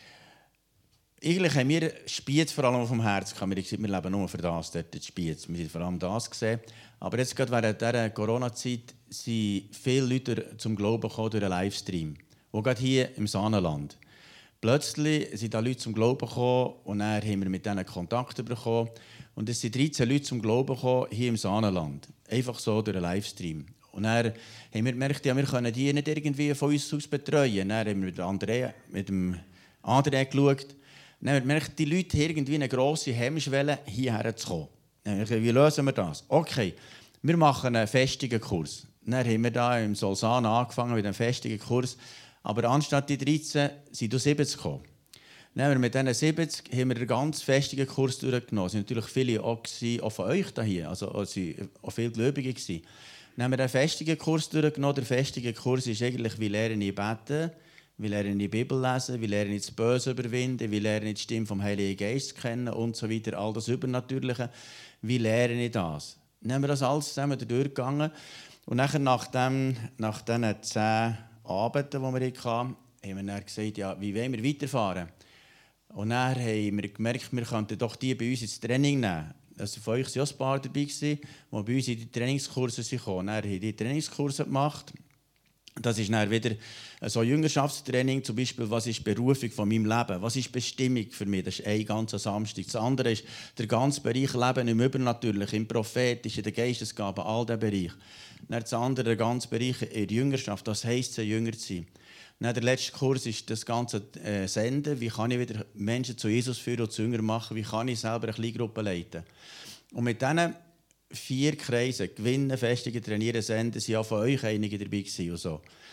haben wir Spiez vor allem auf dem Herzen gehabt. Wir haben gesagt, wir leben nur für das, dort Spiez. Wir haben vor allem das gesehen. Aber jetzt gerade während dieser Corona-Zeit sind viele Leute zum Glauben gekommen durch einen Livestream. Auch gerade hier im Saanenland. Plötzlich sind da Leute zum Glauben gekommen und dann haben wir mit denen Kontakt bekommen. Und es sind 13 Leute zum Glauben gekommen hier im Saanenland. Einfach so durch einen Livestream. Und dann haben wir gemerkt, ja, wir können die nicht irgendwie von uns aus betreuen. Dann haben wir mit dem André geschaut. Dann haben wir gemerkt, die Leute haben irgendwie eine grosse Hemmschwelle, hierher zu kommen. Dann haben wir gesagt, wie lösen wir das? Okay, wir machen einen festigen Kurs. Dann haben wir da im Solsana angefangen mit einem festigen Kurs. Aber anstatt die 13 sind 70 gekommen. Dann haben wir mit diesen 70 haben wir den ganz festigen Kurs durchgenommen. Es waren natürlich viele auch von euch hier, also auch viele Gläubige gewesen. Dann haben wir einen festigen Kurs durchgenommen. Der festige Kurs ist eigentlich, wie lerne ich beten, wie lerne ich die Bibel lesen, wie lerne ich das Böse überwinden, wie lerne ich die Stimme vom Heiligen Geist kennen und so weiter, all das Übernatürliche. Wie lerne ich das? Dann haben wir das alles zusammen durchgegangen. Und nachher, nach diesen 10 Abenden, die wir hatten, haben wir dann gesagt, ja, wie wollen wir weiterfahren? Und dann haben wir gemerkt, wir könnten doch die bei uns ins Training nehmen. Also von euch waren auch ein paar dabei, die bei uns in die Trainingskurse kamen. Dann haben die Trainingskurse gemacht. Das ist dann wieder so ein Jüngerschaftstraining, zum Beispiel, was ist die Berufung von meinem Leben, was ist die Bestimmung für mich, das ist ein ganzer Samstag. Das andere ist der ganze Bereich Leben im Übernatürlichen, im Prophetischen, in den Geistesgaben, all diesen Bereich. Dann das andere, der ganze Bereich in der Jüngerschaft, das heisst, ein Jünger zu sein. Dann der letzte Kurs ist das ganze Senden, wie kann ich wieder Menschen zu Jesus führen und zu Jünger machen, wie kann ich selber eine Kleingruppe leiten. Und mit diesen 4 Kreisen, gewinnen, festigen, trainieren, senden, sind auch von euch einige dabei gewesen und so.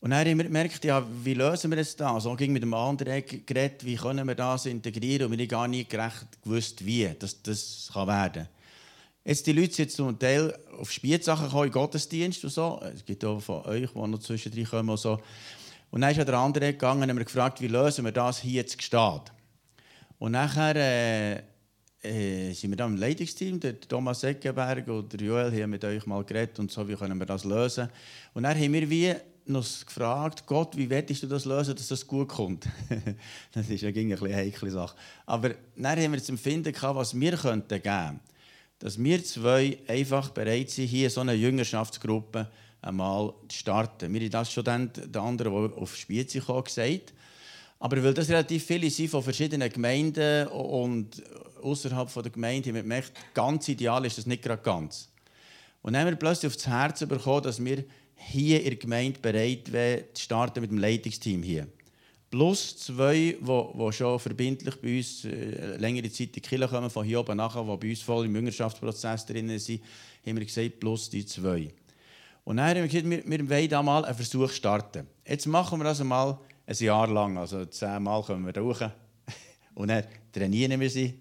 Und dann haben wir gemerkt, ja, wie lösen wir das da? So ging mit dem anderen geredet, wie können wir das integrieren? Und wir haben gar nicht gerecht gewusst, wie das kann werden. Jetzt die Leute sind zum Teil auf Spielsachen gekommen, in Gottesdienst und so. Es gibt auch von euch, die noch zwischendrin kommen und so. Und dann ist ja der andere gegangen und haben wir gefragt, wie lösen wir das hier jetzt Gstaad? Und nachher sind wir dann im Leitungsteam, der Thomas Eckenberg und der Joel haben mit euch mal geredet und so, wie können wir das lösen? Und dann haben wir wie noch gefragt, Gott, wie willst du das lösen, dass das gut kommt? Das ist ja eine bisschen heikle Sache. Aber dann haben wir das Empfinden gehabt, was wir geben könnten. Dass wir zwei einfach bereit sind, hier so eine Jüngerschaftsgruppe einmal zu starten. Wir haben das schon den anderen, die auf Spiez kamen, gesagt. Aber weil das relativ viele sind von verschiedenen Gemeinden und außerhalb der Gemeinde, haben wir gemerkt, ganz ideal ist das nicht gerade ganz. Und dann haben wir plötzlich auf das Herz bekommen, dass wir hier in der Gemeinde bereit wären, zu starten mit dem Leitungsteam hier. Plus zwei, die schon verbindlich bei uns längere Zeit in die Kirche kommen, von hier oben nachher, die bei uns voll im Jüngerschaftsprozess drin sind, haben wir gesagt, plus die zwei. Und dann haben wir gesagt, wir wollen da mal einen Versuch starten. Jetzt machen wir das einmal ein Jahr lang, also 10 Mal kommen wir da hoch. Und dann trainieren wir sie.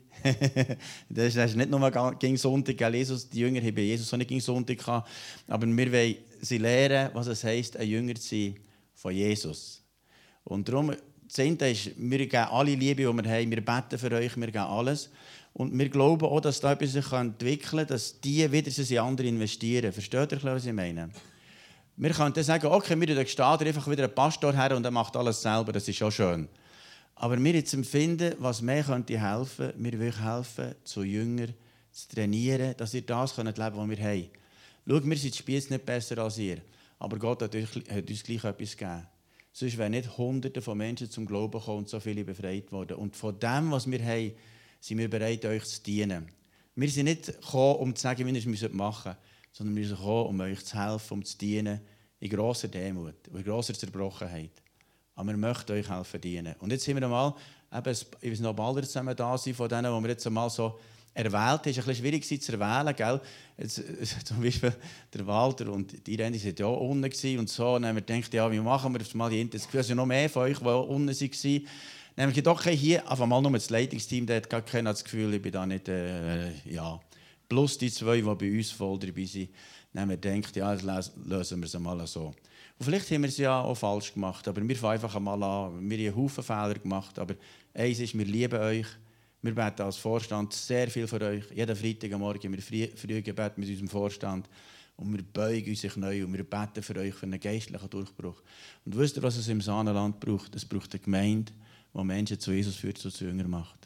Das ist nicht nur gegen Sonntag, Jesus, die Jünger haben Jesus auch nicht gegen Sonntag gehabt, aber wir wollen sie lernen, was es heisst, ein Jünger zu sein von Jesus. Und darum, das eine ist, wir geben alle Liebe, die wir haben, wir beten für euch, wir geben alles. Und wir glauben auch, dass da etwas sich entwickeln kann, dass die wieder in andere investieren. Versteht ihr, was ich meine? Wir können dann sagen, okay, wir gehen einfach wieder einen Pastor her und er macht alles selber, das ist auch schön. Aber wir jetzt empfinden, was mehr könnte helfen, wir wollen helfen, zu Jüngern zu trainieren, dass ihr das leben könnt, was wir haben. Schaut, wir sind Spiez nicht besser als ihr, aber Gott hat uns gleich etwas gegeben. Sonst wären nicht Hunderte von Menschen zum Glauben gekommen und so viele befreit worden. Und von dem, was wir haben, sind wir bereit, euch zu dienen. Wir sind nicht gekommen, um zu sagen, wie ihr es machen müsst, sondern wir sind gekommen, um euch zu helfen, um zu dienen, in grosser Demut, in grosser Zerbrochenheit. Aber wir möchten euch helfen dienen. Und jetzt sind wir einmal, ich weiß noch, ob alle zusammen da sind, von denen, die wir jetzt einmal so erwählt haben. Es war ein bisschen schwierig zu erwählen, gell? Jetzt, zum Beispiel der Walter und die Irene waren ja auch unten und so. Und dann haben wir gedacht, ja, wie machen wir das mal hier? Das Gefühl, es sind noch mehr von euch, die auch unten waren. Dann haben wir gedacht, okay, hier einfach mal nur das Leitungsteam, der hat gar das Gefühl, ich bin da nicht, ja. Plus die zwei, die bei uns voll dabei sind. Dann haben wir gedacht, ja, das lösen wir es mal so. Und vielleicht haben wir es ja auch falsch gemacht, aber wir fangen einfach mal an. Wir haben einen Haufen Fehler gemacht, aber eins ist, wir lieben euch. Wir beten als Vorstand sehr viel für euch. Jeden Freitagmorgen haben wir früh Gebet mit unserem Vorstand. Und wir beugen uns neu und wir beten für euch für einen geistlichen Durchbruch. Und wisst ihr, was es im Saanenland braucht? Es braucht eine Gemeinde, die Menschen zu Jesus führt, zu Jüngern macht.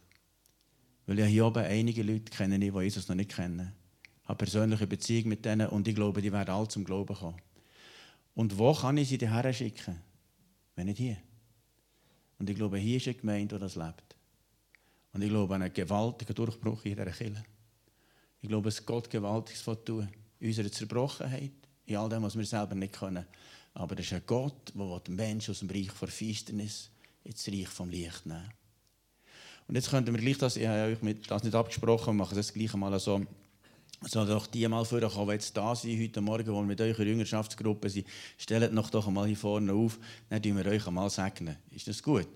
Weil ja hier oben einige Leute kennen, die Jesus noch nicht kennen. Ich habe persönliche Beziehung mit denen und ich glaube, die werden alle zum Glauben kommen. Und wo kann ich sie hierher schicken? Wenn nicht hier. Und ich glaube, hier ist eine Gemeinde, die das lebt. Und ich glaube an einen gewaltigen Durchbruch in dieser Kirche. Ich glaube, dass Gott Gewaltiges tun in unserer Zerbrochenheit, in all dem, was wir selber nicht können. Aber es ist ein Gott, der den Menschen aus dem Reich der Finsternis ins Reich vom Licht nehmen. Und jetzt könnten wir gleich das, ich habe euch das nicht abgesprochen, wir machen das gleich einmal so. So doch die mal vorkommen, die jetzt da sind, heute Morgen, wo wir mit eurer Jüngerschaftsgruppe sind, stellt noch doch einmal hier vorne auf, dann segnen wir euch einmal segnen. Ist das gut?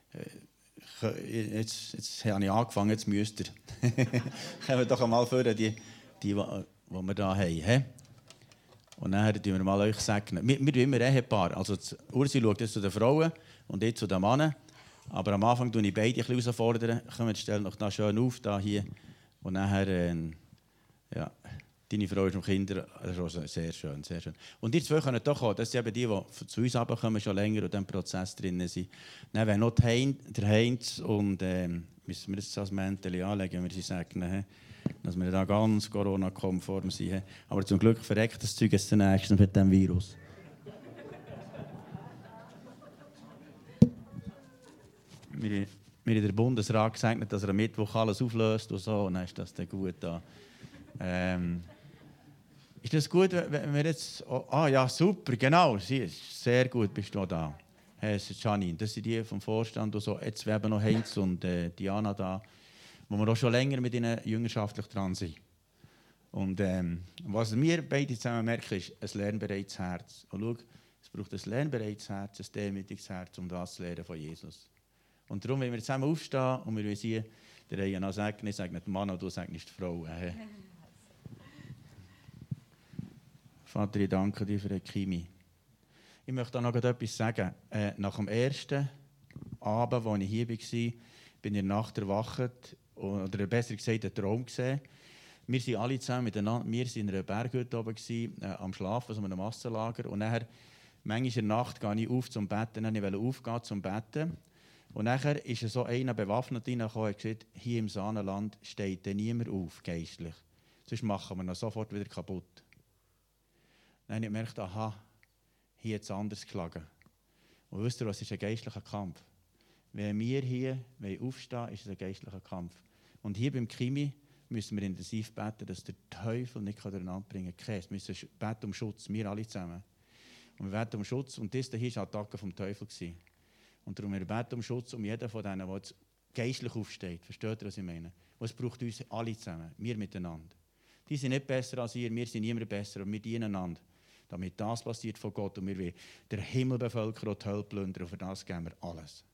Jetzt habe ich angefangen, jetzt müsst ihr. Kommen wir doch einmal vor, die wir da haben. Und dann segnen wir mal euch segnen. Wir sind immer Ehepaar. Also Ursi schaut jetzt zu den Frauen und ich zu den Männern. Aber am Anfang tue ich beide ein bisschen herausfordern. Kommen, stellen noch da schön auf, da hier. Und nachher, ja, deine Frau ist noch Kinder, sehr schön, sehr schön. Und die zwei können doch kommen, das sind eben die zu uns kommen, schon länger und in diesem Prozess drin sind. Dann wäre noch der Heinz und müssen wir jetzt das Mäntel anlegen, wenn wir sie segnen, dass wir da ganz Corona-konform sind. Aber zum Glück verreckt das Zeug jetzt nächstens mit diesem Virus. Wir haben der Bundesrat gesagt, dass er am Mittwoch alles auflöst und so, und dann ist das dann gut da. Ist das gut, wenn wir jetzt... Ah ja, super, genau, sehr gut bist du da. Hey, Janine, das sind die vom Vorstand und so. Jetzt werden noch Heinz und Diana da, wo wir auch schon länger mit ihnen jüngerschaftlich dran sind. Und was wir beide zusammen merken, ist ein lernbereites Herz. Und schau, Es braucht ein lernbereites Herz, ein demütiges Herz, um das zu lernen von Jesus. Und darum, wenn wir zusammen aufstehen und wir sehen, der Reihe nach segnen, ich sage nicht den Mann und du segnest die Frau. Vater, ich danke dir für den Kimi. Ich möchte auch noch etwas sagen. Nach dem ersten Abend, als ich hier war, bin ich nachts erwacht, oder besser gesagt, einen Traum gesehen. Wir waren alle zusammen miteinander, wir waren in einer Berghütte oben, am Schlafen, so einem Massenlager. Und nachher, manchmal in der Nacht, gehe ich auf zum Betten, ich wollte aufgehen zum Betten. Und nachher ist so einer bewaffnet reingekommen und gesagt, hier im Saanenland steht niemand auf, geistlich. Sonst machen wir ihn sofort wieder kaputt. Dann habe ich gemerkt, aha, hier hat es anders geschlagen. Und wisst ihr, was ist ein geistlicher Kampf? Wenn wir hier aufstehen, ist es ein geistlicher Kampf. Und hier beim Kimi müssen wir intensiv beten, dass der Teufel nicht durcheinander bringen kann. Wir müssen beten um Schutz, wir alle zusammen. Und wir beten um Schutz. Und das hier war eine Attacke vom Teufel. Und darum wir beten um Schutz um jeden von denen, der jetzt geistlich aufsteht. Versteht ihr, was ich meine? Und es braucht uns alle zusammen, wir miteinander. Die sind nicht besser als ihr, wir sind niemand besser und wir dienen einander. Damit das passiert von Gott und wir wollen den Himmel bevölkern und die Hölle plündern und für das geben wir alles.